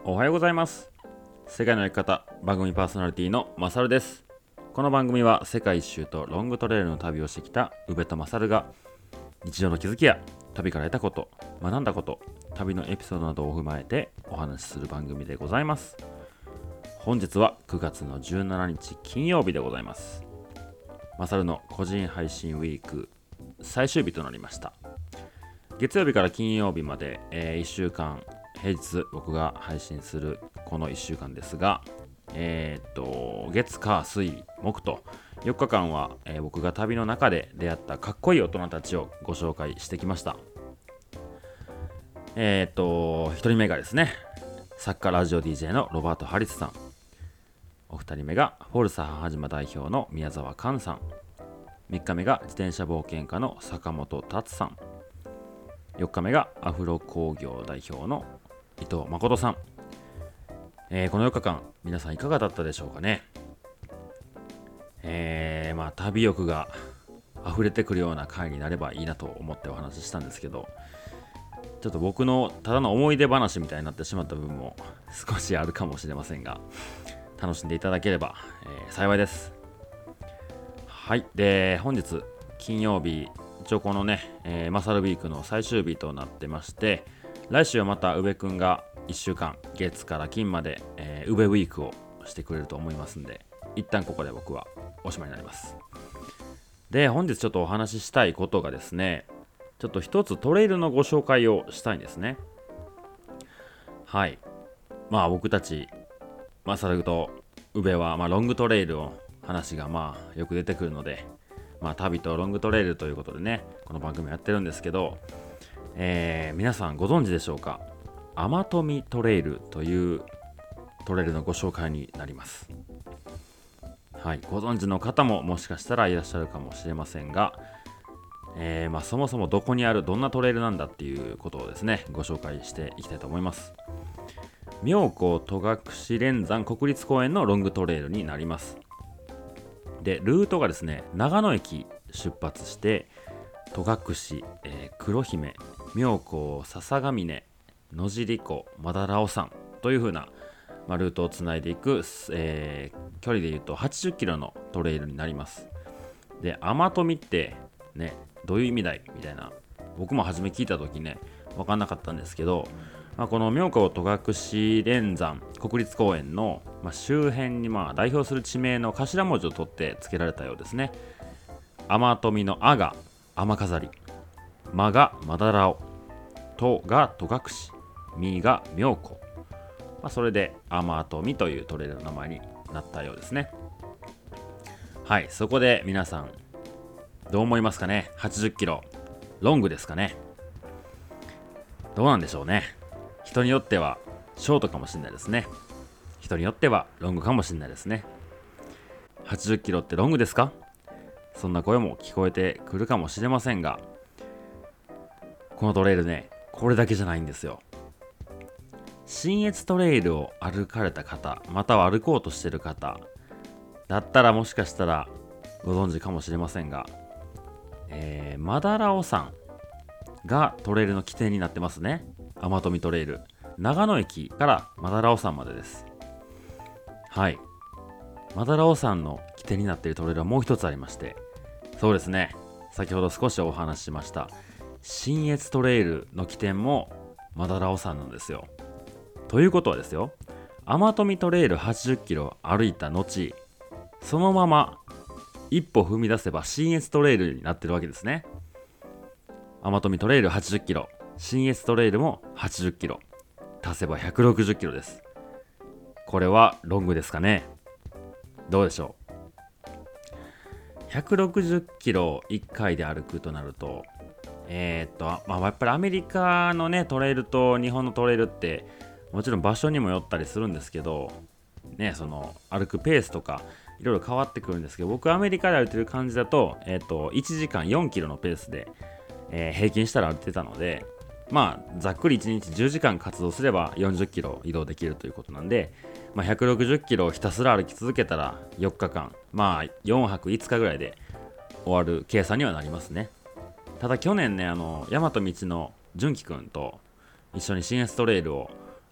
おはようございます。世界の生き方番組パーソナリティのマサルです。この番組は世界一周とロングトレイルの旅をしてきた宇部とマサルが日常の気づきや旅から得たこと、学んだこと、旅のエピソードなどを踏まえてお話しする番組でございます。本日は9月の17日金曜日でございます。マサルの個人配信ウィーク最終日となりました。月曜日から金曜日まで、1週間平日僕が配信するこの1週間ですが、月火水木と4日間は、僕が旅の中で出会ったかっこいい大人たちをご紹介してきました。1人目がですね、作家ラジオ DJ のロバート・ハリスさん。お二人目がフォルサ母島代表の宮沢寛さん。3日目が自転車冒険家の坂本達さん。4日目がアフロ工業代表の伊藤誠さん。この4日間皆さんいかがだったでしょうかね。旅欲が溢れてくるような回になればいいなと思ってお話ししたんですけど、ちょっと僕のただの思い出話みたいになってしまった部分も少しあるかもしれませんが、楽しんでいただければ、幸いです。はい。で、本日金曜日、一応このね、マサルウィークの最終日となってまして、来週はまた宇部くんが1週間月から金まで、宇部ウィークをしてくれると思いますんで、一旦ここで僕はおしまいになります。で、本日ちょっとお話ししたいことがですね、ちょっと一つトレイルのご紹介をしたいんですね。はい。僕たちマサルと宇部は、ロングトレイルの話がよく出てくるので、旅とロングトレイルということでね、この番組やってるんですけど、皆さんご存知でしょうか。天富トレイルというトレイルのご紹介になります。はい、ご存知の方ももしかしたらいらっしゃるかもしれませんが、そもそもどこにあるどんなトレイルなんだっていうことをですね、ご紹介していきたいと思います。妙高戸隠連山国立公園のロングトレイルになります。で、ルートがですね、長野駅出発して戸隠、黒姫、妙高、笹ヶ峰、野尻湖、斑尾山という風な、ルートをつないでいく、距離でいうと80キロのトレイルになります。で、天富ってね、どういう意味だいみたいな、僕も初め聞いた時ね、分かんなかったんですけど、この妙高戸隠連山国立公園の、周辺に代表する地名の頭文字を取って付けられたようですね。天富のあが天飾り、まがまだらお、とが戸隠、みが妙高、それで天富というトレイルの名前になったようですね。はい、そこで皆さんどう思いますかね。80キロロングですかね。どうなんでしょうね。人によってはショートかもしれないですね。人によってはロングかもしれないですね。80キロってロングですか？そんな声も聞こえてくるかもしれませんが、このトレイルね、これだけじゃないんですよ。信越トレイルを歩かれた方、または歩こうとしている方だったらもしかしたらご存知かもしれませんが、斑尾山がトレイルの起点になってますね。天富トレイル、長野駅から斑尾山までです。はい、斑尾山の起点になっているトレイルはもう一つありまして、そうですね、先ほど少しお話ししました信越トレイルの起点も斑尾山なんですよ。ということはですよ、天富トレイル80キロ歩いた後、そのまま一歩踏み出せば信越トレイルになってるわけですね。天富トレイル80キロ、信越トレイルも80キロ、足せば160キロです。これはロングですかね。どうでしょう。160キロ1回で歩くとなると、やっぱりアメリカのねトレイルと日本のトレイルってもちろん場所にもよったりするんですけどね、その歩くペースとかいろいろ変わってくるんですけど、僕アメリカで歩いてる感じだと、1時間4キロのペースで、平均したら歩いてたので、ざっくり1日10時間活動すれば40キロ移動できるということなんで、160キロをひたすら歩き続けたら4日間、4泊5日ぐらいで終わる計算にはなりますね。ただ去年ね、大和道の純喜くんと一緒に信越トレイルを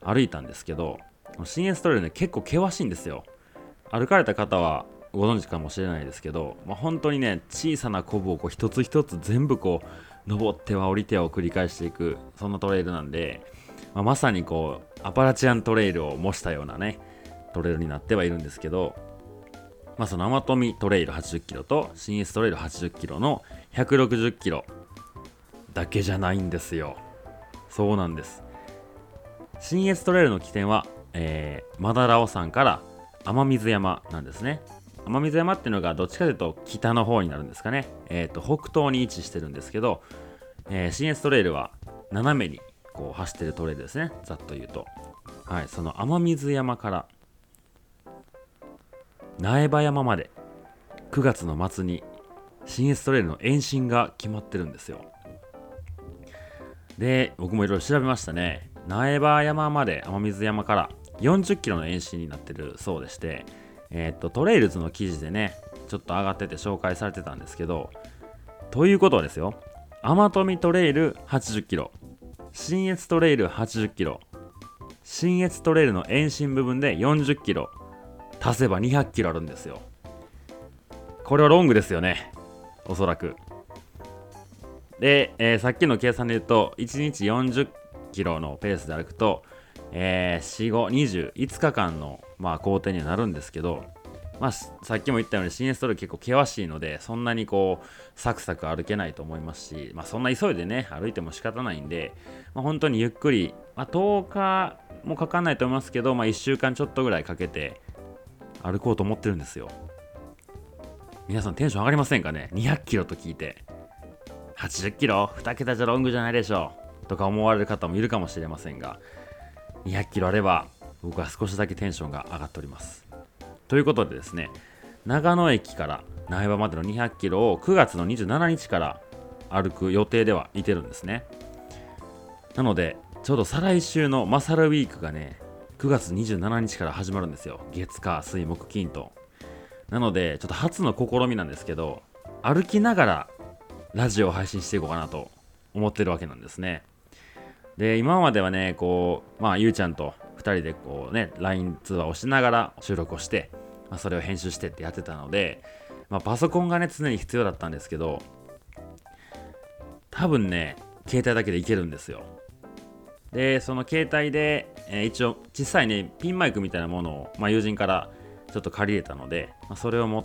歩いたんですけど、新越トレイルね結構険しいんですよ。歩かれた方はご存知かもしれないですけど、本当にね小さなコブをこう一つ一つ全部こう登っては降りてはを繰り返していく、そんなトレイルなんで、まさにこうアパラチアントレイルを模したようなねトレイルになってはいるんですけど、その天富トレイル80キロと新越トレイル80キロの160キロだけじゃないんですよ。そうなんです。新越トレイルの起点は、マダラオ山から雨水山なんですね。雨水山っていうのがどっちかというと北の方になるんですかね。北東に位置してるんですけど、新越トレイルは斜めにこう走ってるトレイルですね。ざっと言うと。はい、その雨水山から苗場山まで9月の末に新越トレイルの延伸が決まってるんですよ。で、僕もいろいろ調べましたね。苗場山まで雨水山から40キロの延伸になってるそうでして、トレイルズの記事でね、ちょっと上がってて紹介されてたんですけど、ということはですよ、天富トレイル80キロ、新越トレイル80キロ、新越トレイルの延伸部分で40キロ、足せば200キロあるんですよ。これはロングですよね、おそらく。で、さっきの計算で言うと、1日40キロのペースで歩くと、4、5、20、5日間の、工程にはなるんですけど、さっきも言ったように新越トレイル結構険しいので、そんなにこうサクサク歩けないと思いますし、そんな急いでね歩いても仕方ないんで、本当にゆっくり、10日もかかんないと思いますけど、1週間ちょっとぐらいかけて歩こうと思ってるんですよ。皆さんテンション上がりませんかね。200キロと聞いて80キロ2桁じゃロングじゃないでしょとか思われる方もいるかもしれませんが、200キロあれば僕は少しだけテンションが上がっております。ということでですね、長野駅から苗場までの200キロを9月の27日から歩く予定ではいてるんですね。なのでちょうど再来週のマサルウィークがね9月27日から始まるんですよ。月火水木金と。なのでちょっと初の試みなんですけど、歩きながらラジオを配信していこうかなと思ってるわけなんですね。で、今まではねこうゆうちゃんと2人でこうね LINE 通話をしながら収録をして、それを編集してってやってたので、パソコンがね常に必要だったんですけど、多分ね携帯だけでいけるんですよ。でその携帯で、一応小さいねピンマイクみたいなものを、友人からちょっと借りれたので、それを持って、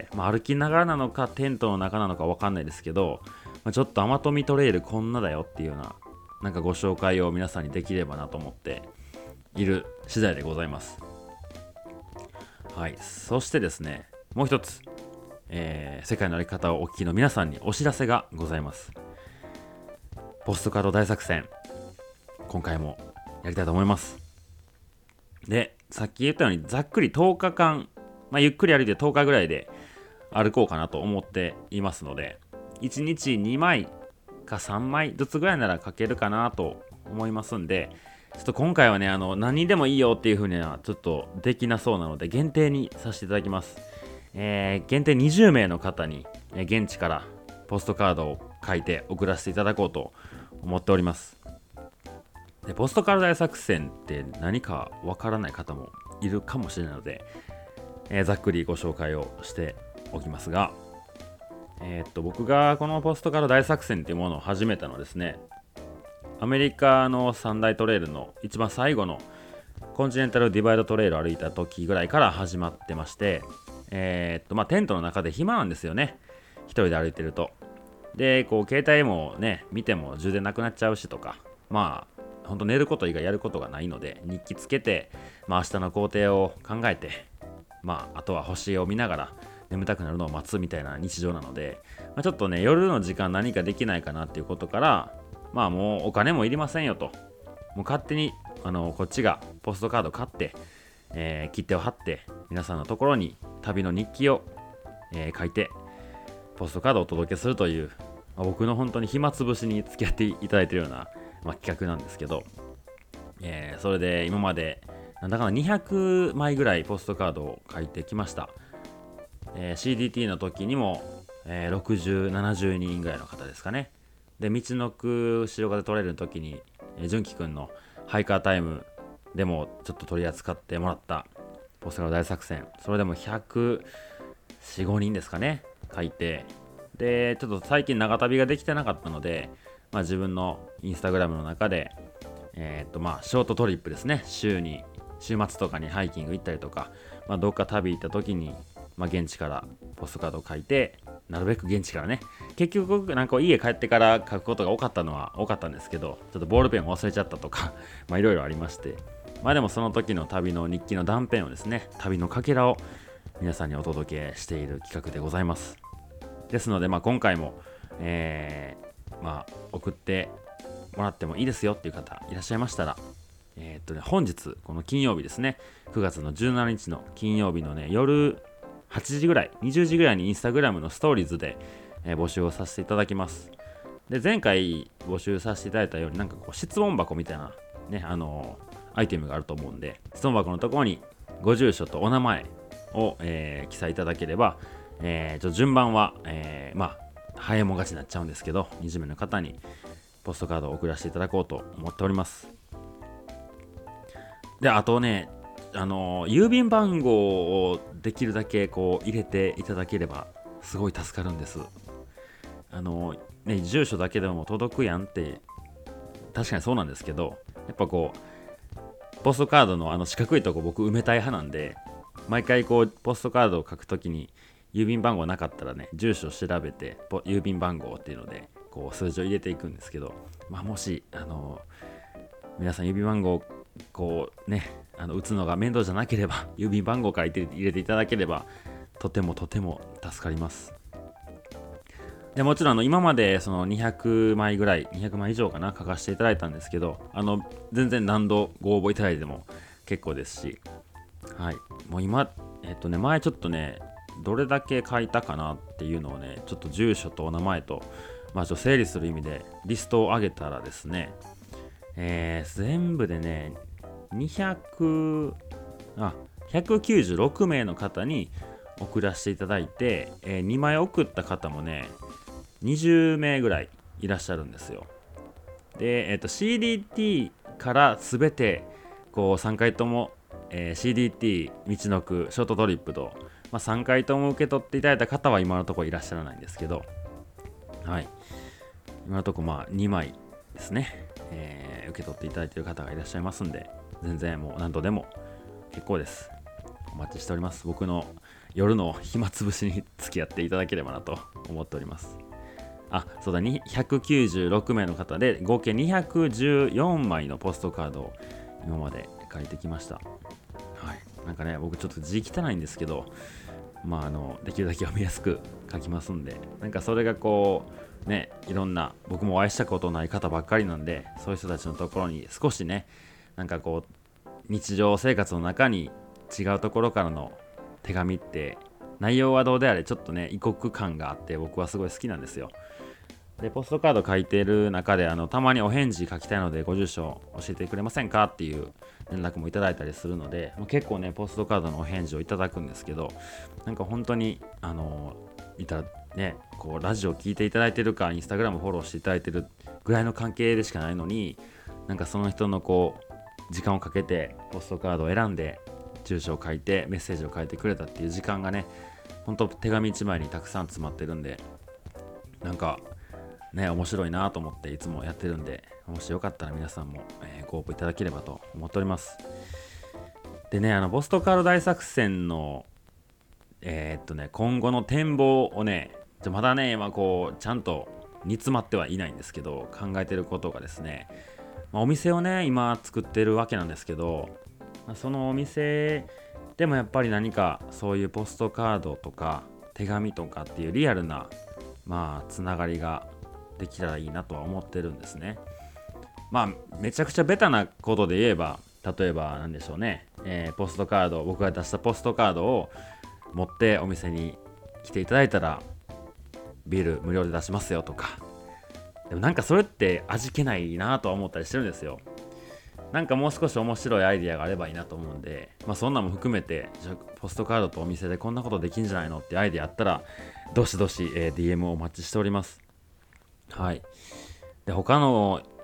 歩きながらなのかテントの中なのか分かんないですけど、ちょっと天富トレイルこんなだよっていうようななんかご紹介を皆さんにできればなと思っている次第でございます。はい、そしてですね、もう一つ、世界の歩き方をお聞きの皆さんにお知らせがございます。ポストカード大作戦、今回もやりたいと思います。で、さっき言ったようにざっくり10日間、ゆっくり歩いて10日ぐらいで歩こうかなと思っていますので、1日2枚か3枚ずつぐらいなら書けるかなと思いますんで、ちょっと今回はね何にでもいいよっていう風にはちょっとできなそうなので限定にさせていただきます。限定20名の方に、現地からポストカードを書いて送らせていただこうと思っております。でポストカード大作戦って何かわからない方もいるかもしれないので、ざっくりご紹介をしておきますが、僕がこのポストカード大作戦っていうものを始めたのはですね、アメリカの三大トレイルの一番最後のコンチネンタルディバイドトレイルを歩いた時ぐらいから始まってまして、テントの中で暇なんですよね、一人で歩いてると。でこう携帯もね見ても充電なくなっちゃうしとか、ほんと寝ること以外やることがないので、日記つけて、明日の工程を考えて、あとは星を見ながら眠たくなるのを待つみたいな日常なので、ちょっとね夜の時間何かできないかなっていうことから、もうお金もいりませんよと、もう勝手にこっちがポストカード買って、切手を貼って皆さんのところに旅の日記を、書いてポストカードをお届けするという、僕の本当に暇つぶしに付き合っていただいているような、企画なんですけど、それで今までなんだかな200枚ぐらいポストカードを書いてきました。CDT の時にも、60、70人ぐらいの方ですかね。で道のく白風トレイルの時に、純喜くんのハイカータイムでもちょっと取り扱ってもらったポストカード大作戦、それでも104、5人ですかね書いて、でちょっと最近長旅ができてなかったので、自分のインスタグラムの中でショートトリップですね、週末とかにハイキング行ったりとか、どっか旅行った時に、現地からポストカードを書いて、なるべく現地からね、結局なんか家帰ってから書くことが多かったんですけど、ちょっとボールペンを忘れちゃったとかいろいろありまして、でもその時の旅の日記の断片をですね、旅のかけらを皆さんにお届けしている企画でございます。ですので、今回も、送ってもらってもいいですよっていう方いらっしゃいましたら、本日この金曜日ですね、9月の17日の金曜日のね、夜8時ぐらい、20時ぐらいにインスタグラムのストーリーズで、募集をさせていただきます。で、前回募集させていただいたように、なんかこう質問箱みたいなね、アイテムがあると思うんで、質問箱のところにご住所とお名前を、記載いただければ、順番は、早いもん勝ちになっちゃうんですけど、20名の方にポストカードを送らせていただこうと思っております。で、あとね、郵便番号をできるだけこう入れていただければすごい助かるんです。住所だけでも届くやんって確かにそうなんですけど、やっぱこうポストカードの四角いとこ僕埋めたい派なんで、毎回こうポストカードを書くときに郵便番号なかったらね、住所を調べて郵便番号っていうのでこう数字を入れていくんですけど、もし皆さん郵便番号こうね打つのが面倒じゃなければ郵便番号から入れていただければとても助かります。でもちろん今までその200枚ぐらい200枚以上かな書かせていただいたんですけど、全然何度ご応募いただいても結構ですし、はい、もう今前ちょっとねどれだけ書いたかなっていうのをね、ちょっと住所とお名前とちょっと整理する意味でリストを上げたらですね、全部でね196名の方に送らせていただいて、2枚送った方もね20名ぐらいいらっしゃるんですよ。で、CDT から全てこう3回とも、CDT 道のくショートトリップと、3回とも受け取っていただいた方は今のところいらっしゃらないんですけど、はい、今のところ2枚ですね、受け取っていただいている方がいらっしゃいますんで、全然もう何度でも結構です。お待ちしております。僕の夜の暇つぶしに付き合っていただければなと思っております。そうだ、196名の方で合計214枚のポストカードを今まで書いてきました。はい、なんかね、僕ちょっと字汚いんですけど、できるだけ読みやすく書きますんで、なんかそれがこうね、いろんな僕もお会いしたことない方ばっかりなんで、そういう人たちのところに少しね、なんかこう日常生活の中に違うところからの手紙って内容はどうであれちょっとね異国感があって僕はすごい好きなんですよ。でポストカード書いてる中でたまにお返事書きたいのでご住所教えてくれませんかっていう連絡もいただいたりするので、結構ねポストカードのお返事をいただくんですけど、なんか本当にいたらねこうラジオ聞いていただいてるかインスタグラムフォローしていただいてるぐらいの関係でしかないのに、なんかその人のこう時間をかけてポストカードを選んで住所を書いてメッセージを書いてくれたっていう時間がね、本当手紙1枚にたくさん詰まってるんで、なんかね面白いなと思っていつもやってるんで、もしよかったら皆さんも、ご応募いただければと思っております。でね、ポストカード大作戦の今後の展望をね、まだね今こうちゃんと煮詰まってはいないんですけど、考えてることがですね、お店をね今作ってるわけなんですけど、そのお店でもやっぱり何かそういうポストカードとか手紙とかっていうリアルなつながりができたらいいなとは思ってるんですね。めちゃくちゃベタなことで言えば、例えば何でしょうね、ポストカード、僕が出したポストカードを持ってお店に来ていただいたらビール無料で出しますよとか。でもなんかそれって味気ないなとは思ったりしてるんですよ。なんかもう少し面白いアイディアがあればいいなと思うんで、そんなも含めて、じゃあポストカードとお店でこんなことできんじゃないのってアイディアあったらどしどし、DM をお待ちしております。はい。で他の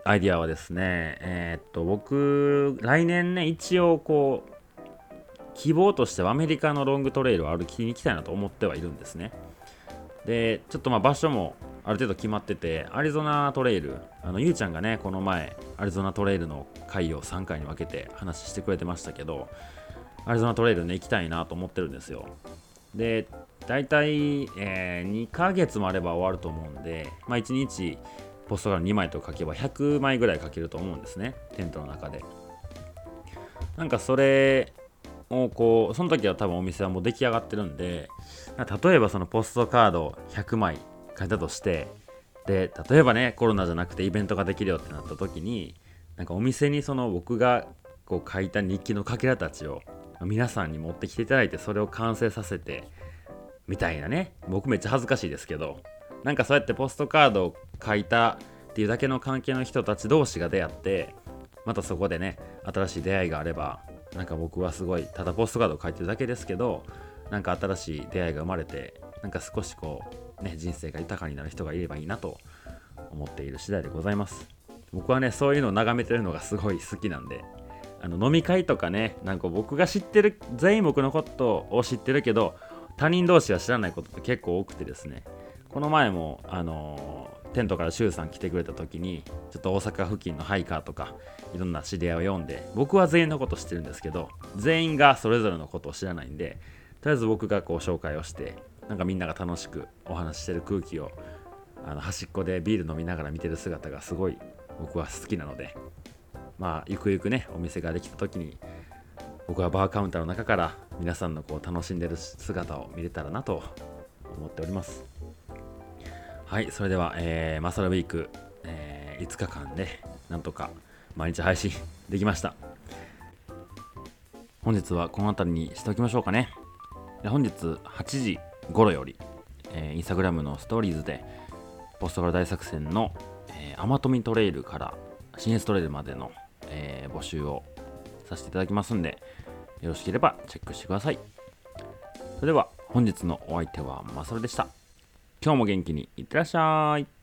アイディアはですね、僕、来年ね、一応こう、希望としてはアメリカのロングトレイルを歩きに行きたいなと思ってはいるんですね。で、ちょっと場所もある程度決まってて、アリゾナトレイル、ゆうちゃんがね、この前、アリゾナトレイルの回を3回に分けて話してくれてましたけど、アリゾナトレイルね、行きたいなと思ってるんですよ。で、大体、2ヶ月もあれば終わると思うんで、1日ポストカード2枚とか書けば100枚ぐらい書けると思うんですね、テントの中で。なんかそれをこう、その時は多分お店はもう出来上がってるんで、例えばそのポストカード100枚書いたとして、で、例えばね、コロナじゃなくてイベントができるよってなった時に、なんかお店にその僕がこう書いた日記のかけらたちを皆さんに持ってきていただいて、それを完成させてみたいなね。僕めっちゃ恥ずかしいですけど、なんかそうやってポストカードを書いたっていうだけの関係の人たち同士が出会って、またそこでね、新しい出会いがあれば、なんか僕はすごいただポストカードを書いてるだけですけど、なんか新しい出会いが生まれて、なんか少しこうね、人生が豊かになる人がいればいいなと思っている次第でございます。僕はね、そういうのを眺めてるのがすごい好きなんで、飲み会とかね、なんか僕が知ってる、全員僕のことを知ってるけど、他人同士は知らないことって結構多くてですね、この前もテントからシュウさん来てくれた時に、ちょっと大阪付近のハイカーとかいろんな知り合いを読んで、僕は全員のことを知ってるんですけど、全員がそれぞれのことを知らないんで、とりあえず僕がこう紹介をして、なんかみんなが楽しくお話ししてる空気を端っこでビール飲みながら見てる姿がすごい僕は好きなので、ゆくゆくね、お店ができた時に僕はバーカウンターの中から皆さんのこう楽しんでる姿を見れたらなと思っております。はい、それでは、マサラウィーク、5日間でなんとか毎日配信できました。本日はこの辺りにしておきましょうかね。本日8時頃より、インスタグラムのストーリーズでポストカード大作戦の、天富トレイルから新越トレイルまでの、募集をさせていただきますんで、よろしければチェックしてください。それでは本日のお相手はマサルでした。今日も元気にいってらっしゃい。